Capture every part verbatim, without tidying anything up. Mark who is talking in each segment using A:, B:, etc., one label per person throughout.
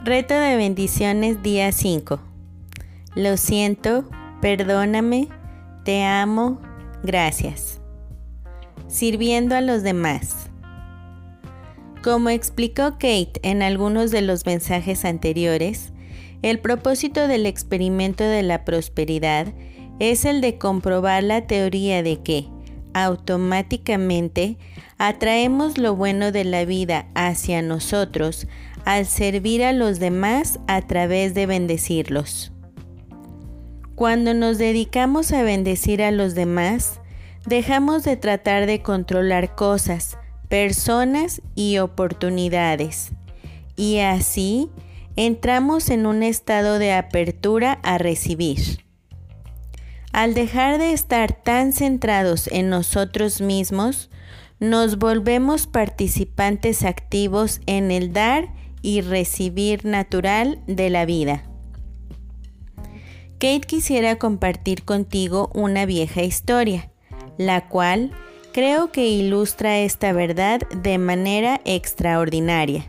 A: Reto de bendiciones día cinco. Lo siento, perdóname, te amo, gracias. Sirviendo a los demás. Como explicó Kate en algunos de los mensajes anteriores, el propósito del experimento de la prosperidad es el de comprobar la teoría de que, automáticamente, atraemos lo bueno de la vida hacia nosotros al servir a los demás a través de bendecirlos. Cuando nos dedicamos a bendecir a los demás, dejamos de tratar de controlar cosas, personas y oportunidades, y así entramos en un estado de apertura a recibir. Al dejar de estar tan centrados en nosotros mismos, nos volvemos participantes activos en el dar y recibir natural de la vida. Kate quisiera compartir contigo una vieja historia, la cual creo que ilustra esta verdad de manera extraordinaria.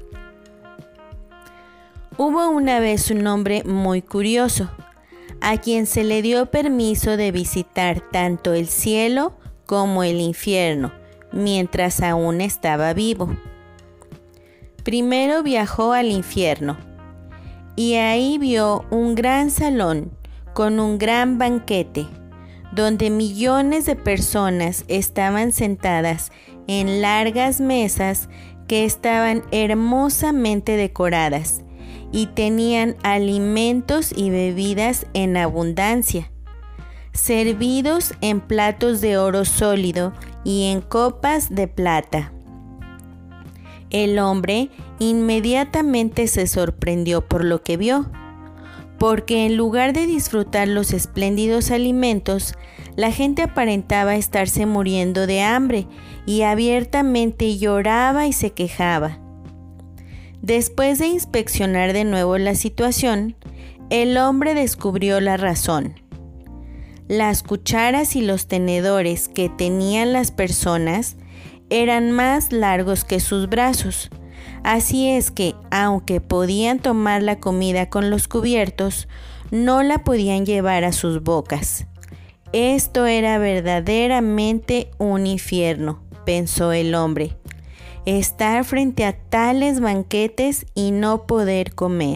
A: Hubo una vez un hombre muy curioso, a quien se le dio permiso de visitar tanto el cielo como el infierno, mientras aún estaba vivo. Primero viajó al infierno, y ahí vio un gran salón con un gran banquete, donde millones de personas estaban sentadas en largas mesas que estaban hermosamente decoradas y tenían alimentos y bebidas en abundancia, servidos en platos de oro sólido y en copas de plata. El hombre inmediatamente se sorprendió por lo que vio, porque en lugar de disfrutar los espléndidos alimentos, la gente aparentaba estarse muriendo de hambre y abiertamente lloraba y se quejaba. Después de inspeccionar de nuevo la situación, el hombre descubrió la razón. Las cucharas y los tenedores que tenían las personas eran más largos que sus brazos, así es que, aunque podían tomar la comida con los cubiertos, no la podían llevar a sus bocas. Esto era verdaderamente un infierno, pensó el hombre, estar frente a tales banquetes y no poder comer.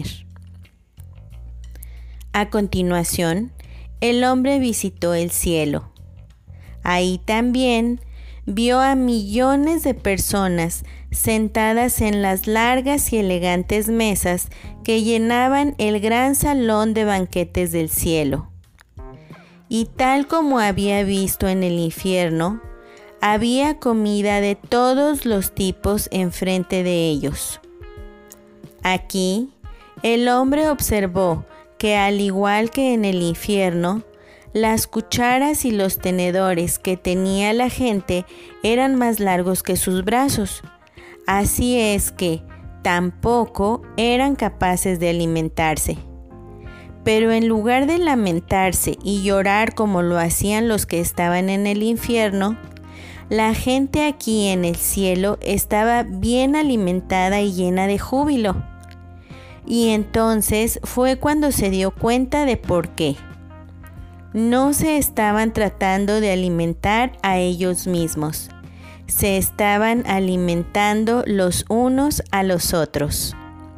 A: A continuación, el hombre visitó el cielo. Ahí también vio a millones de personas sentadas en las largas y elegantes mesas que llenaban el gran salón de banquetes del cielo. Y tal como había visto en el infierno, había comida de todos los tipos enfrente de ellos. Aquí, el hombre observó que al igual que en el infierno, las cucharas y los tenedores que tenía la gente eran más largos que sus brazos. Así es que tampoco eran capaces de alimentarse. Pero en lugar de lamentarse y llorar como lo hacían los que estaban en el infierno, la gente aquí en el cielo estaba bien alimentada y llena de júbilo. Y entonces fue cuando se dio cuenta de por qué. No se estaban tratando de alimentar a ellos mismos, se estaban alimentando los unos a los otros.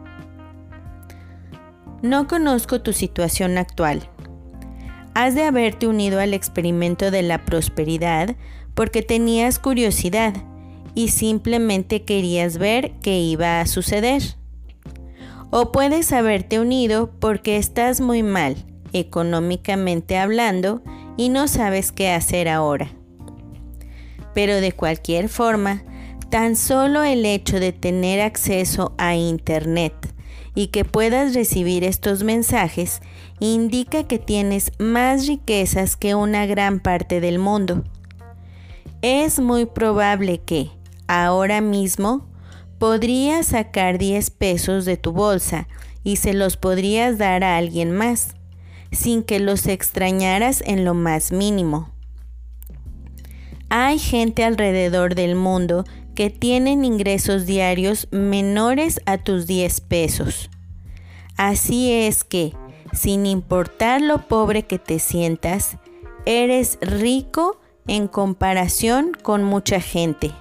A: No conozco tu situación actual. Has de haberte unido al experimento de la prosperidad porque tenías curiosidad y simplemente querías ver qué iba a suceder. O puedes haberte unido porque estás muy mal, económicamente hablando, y no sabes qué hacer ahora. Pero de cualquier forma, tan solo el hecho de tener acceso a Internet y que puedas recibir estos mensajes indica que tienes más riquezas que una gran parte del mundo. Es muy probable que, ahora mismo, podrías sacar diez pesos de tu bolsa y se los podrías dar a alguien más, sin que los extrañaras en lo más mínimo. Hay gente alrededor del mundo que tienen ingresos diarios menores a tus diez pesos. Así es que, sin importar lo pobre que te sientas, eres rico en comparación con mucha gente.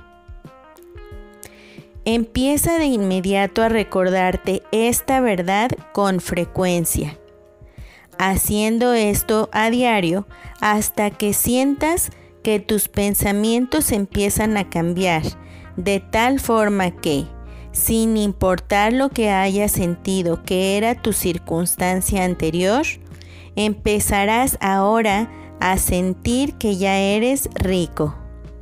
A: Empieza de inmediato a recordarte esta verdad con frecuencia, haciendo esto a diario hasta que sientas que tus pensamientos empiezan a cambiar, de tal forma que, sin importar lo que hayas sentido que era tu circunstancia anterior, empezarás ahora a sentir que ya eres rico.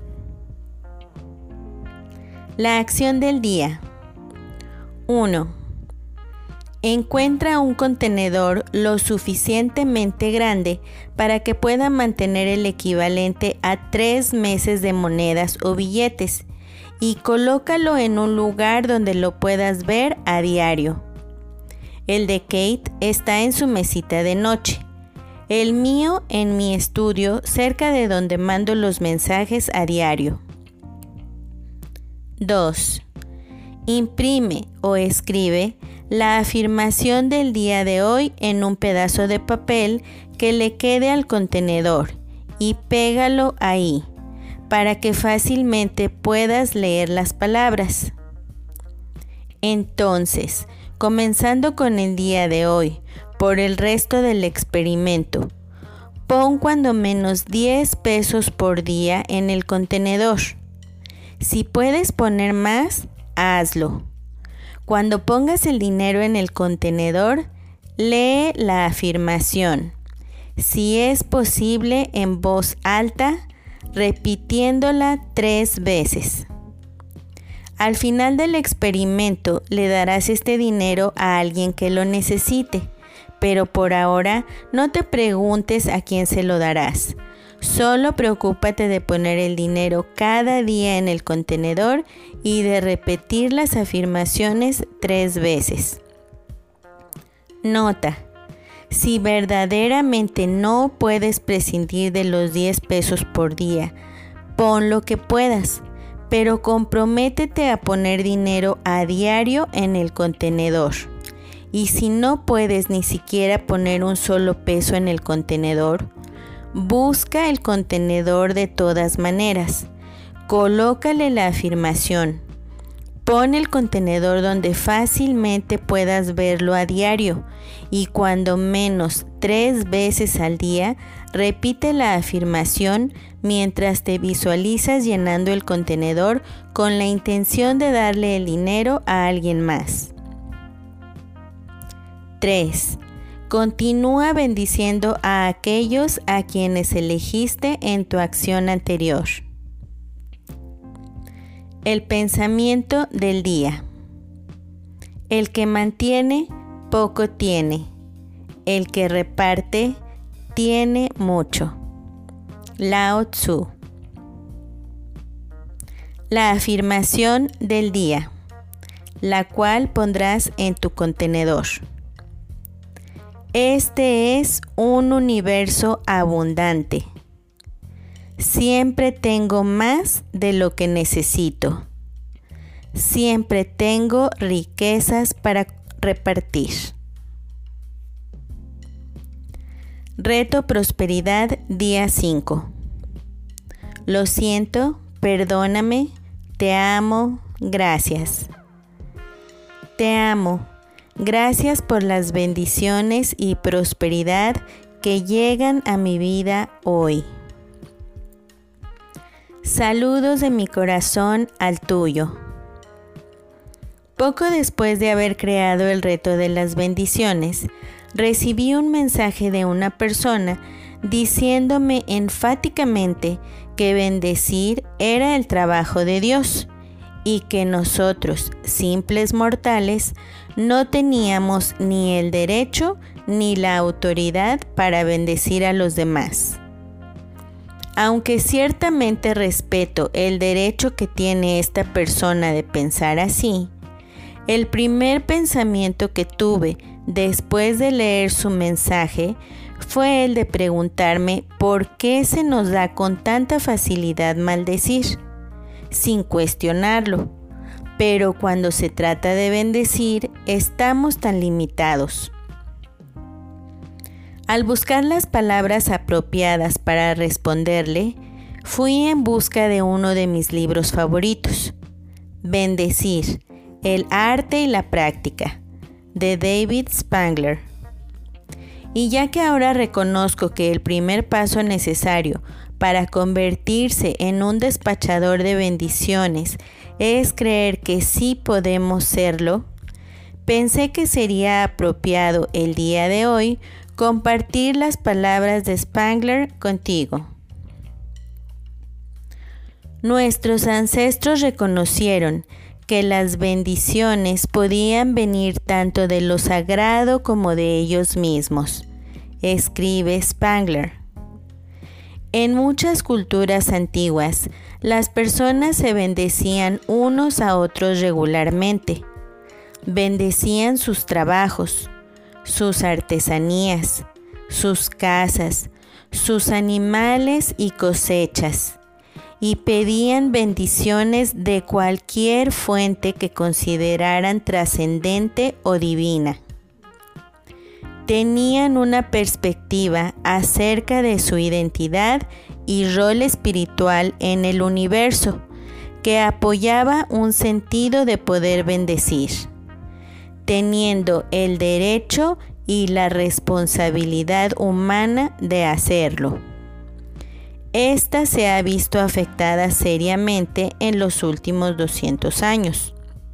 A: La acción del día. uno. Encuentra un contenedor lo suficientemente grande para que pueda mantener el equivalente a tres meses de monedas o billetes y colócalo en un lugar donde lo puedas ver a diario. El de Kate está en su mesita de noche. El mío en mi estudio cerca de donde mando los mensajes a diario. dos. Imprime o escribe la afirmación del día de hoy en un pedazo de papel que le quede al contenedor y pégalo ahí para que fácilmente puedas leer las palabras. Entonces, comenzando con el día de hoy, por el resto del experimento, pon cuando menos diez pesos por día en el contenedor. Si puedes poner más, hazlo. Cuando pongas el dinero en el contenedor, lee la afirmación, si es posible en voz alta, repitiéndola tres veces. Al final del experimento le darás este dinero a alguien que lo necesite, pero por ahora no te preguntes a quién se lo darás. Solo preocúpate de poner el dinero cada día en el contenedor y de repetir las afirmaciones tres veces. Nota: si verdaderamente no puedes prescindir de los diez pesos por día, pon lo que puedas, pero comprométete a poner dinero a diario en el contenedor. Y si no puedes ni siquiera poner un solo peso en el contenedor, busca el contenedor de todas maneras. Colócale la afirmación. Pon el contenedor donde fácilmente puedas verlo a diario y cuando menos tres veces al día repite la afirmación mientras te visualizas llenando el contenedor con la intención de darle el dinero a alguien más. tres. Continúa bendiciendo a aquellos a quienes elegiste en tu acción anterior. El pensamiento del día. El que mantiene, poco tiene. El que reparte, tiene mucho. Lao Tzu. La afirmación del día, la cual pondrás en tu contenedor. Este es un universo abundante. Siempre tengo más de lo que necesito. Siempre tengo riquezas para repartir. Reto Prosperidad día cinco. Lo siento, perdóname, te amo, gracias. Te amo. Gracias por las bendiciones y prosperidad que llegan a mi vida hoy. Saludos de mi corazón al tuyo. Poco después de haber creado el reto de las bendiciones, recibí un mensaje de una persona diciéndome enfáticamente que bendecir era el trabajo de Dios y que nosotros, simples mortales, no teníamos ni el derecho ni la autoridad para bendecir a los demás. Aunque ciertamente respeto el derecho que tiene esta persona de pensar así, el primer pensamiento que tuve después de leer su mensaje fue el de preguntarme por qué se nos da con tanta facilidad maldecir, sin cuestionarlo. pero cuando se trata de bendecir, estamos tan limitados. Al buscar las palabras apropiadas para responderle, fui en busca de uno de mis libros favoritos, Bendecir, el arte y la práctica, de David Spangler. Y ya que ahora reconozco que el primer paso necesario para convertirse en un despachador de bendiciones es creer que sí podemos serlo, pensé que sería apropiado el día de hoy compartir las palabras de Spangler contigo. Nuestros ancestros reconocieron que las bendiciones podían venir tanto de lo sagrado como de ellos mismos, escribe Spangler. En muchas culturas antiguas, las personas se bendecían unos a otros regularmente. Bendecían sus trabajos, sus artesanías, sus casas, sus animales y cosechas, y pedían bendiciones de cualquier fuente que consideraran trascendente o divina. Tenían una perspectiva acerca de su identidad y rol espiritual en el universo que apoyaba un sentido de poder bendecir, teniendo el derecho y la responsabilidad humana de hacerlo. Esta se ha visto afectada seriamente en los últimos doscientos años.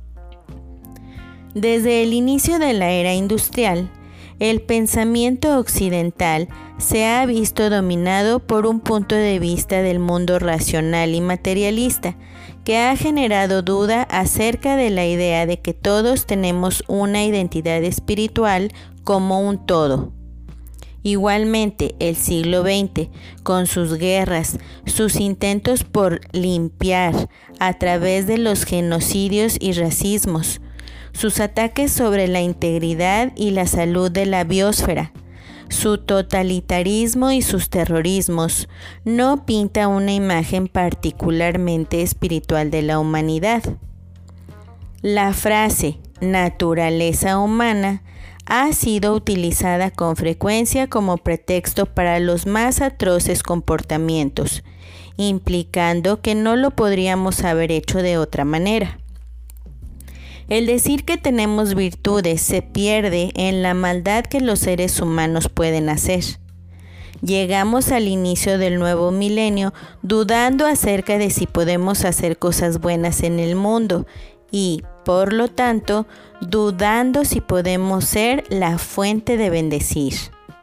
A: Desde el inicio de la era industrial, el pensamiento occidental se ha visto dominado por un punto de vista del mundo racional y materialista, que ha generado duda acerca de la idea de que todos tenemos una identidad espiritual como un todo. Igualmente, el siglo veinte, con sus guerras, sus intentos por limpiar a través de los genocidios y racismos, sus ataques sobre la integridad y la salud de la biosfera, su totalitarismo y sus terrorismos, no pinta una imagen particularmente espiritual de la humanidad. La frase naturaleza humana ha sido utilizada con frecuencia como pretexto para los más atroces comportamientos, implicando que no lo podríamos haber hecho de otra manera. El decir que tenemos virtudes se pierde en la maldad que los seres humanos pueden hacer. Llegamos al inicio del nuevo milenio dudando acerca de si podemos hacer cosas buenas en el mundo y, por lo tanto, dudando si podemos ser la fuente de bendecir.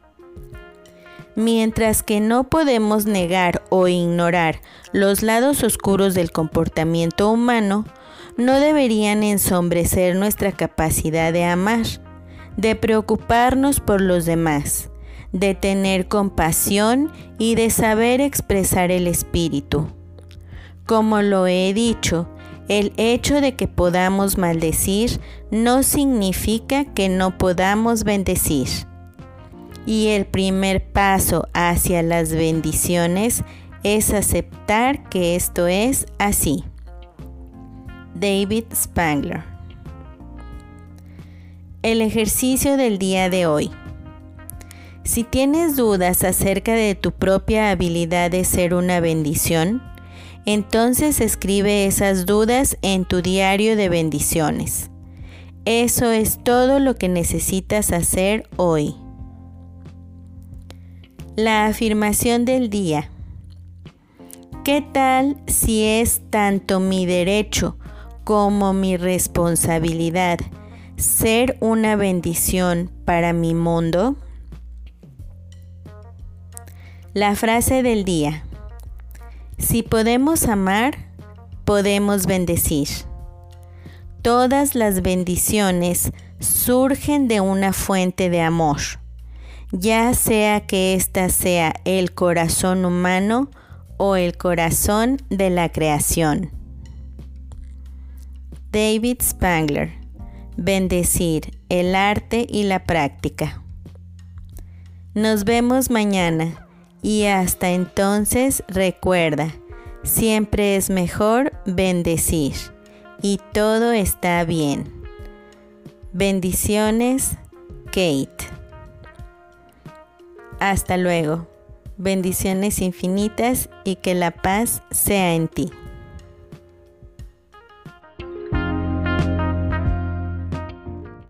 A: Mientras que no podemos negar o ignorar los lados oscuros del comportamiento humano, no deberían ensombrecer nuestra capacidad de amar, de preocuparnos por los demás, de tener compasión y de saber expresar el espíritu. Como lo he dicho, el hecho de que podamos maldecir no significa que no podamos bendecir. Y el primer paso hacia las bendiciones es aceptar que esto es así. David Spangler. El ejercicio del día de hoy. Si tienes dudas acerca de tu propia habilidad de ser una bendición, entonces escribe esas dudas en tu diario de bendiciones. Eso es todo lo que necesitas hacer hoy. La afirmación del día. ¿Qué tal si es tanto mi derecho como mi responsabilidad ser una bendición para mi mundo? La frase del día. Si podemos amar, podemos bendecir. Todas las bendiciones surgen de una fuente de amor, ya sea que ésta sea el corazón humano o el corazón de la creación. David Spangler. Bendecir, el arte y la práctica. Nos vemos mañana y hasta entonces recuerda, siempre es mejor bendecir y todo está bien. Bendiciones, Kate. Hasta luego. Bendiciones infinitas y que la paz sea en ti.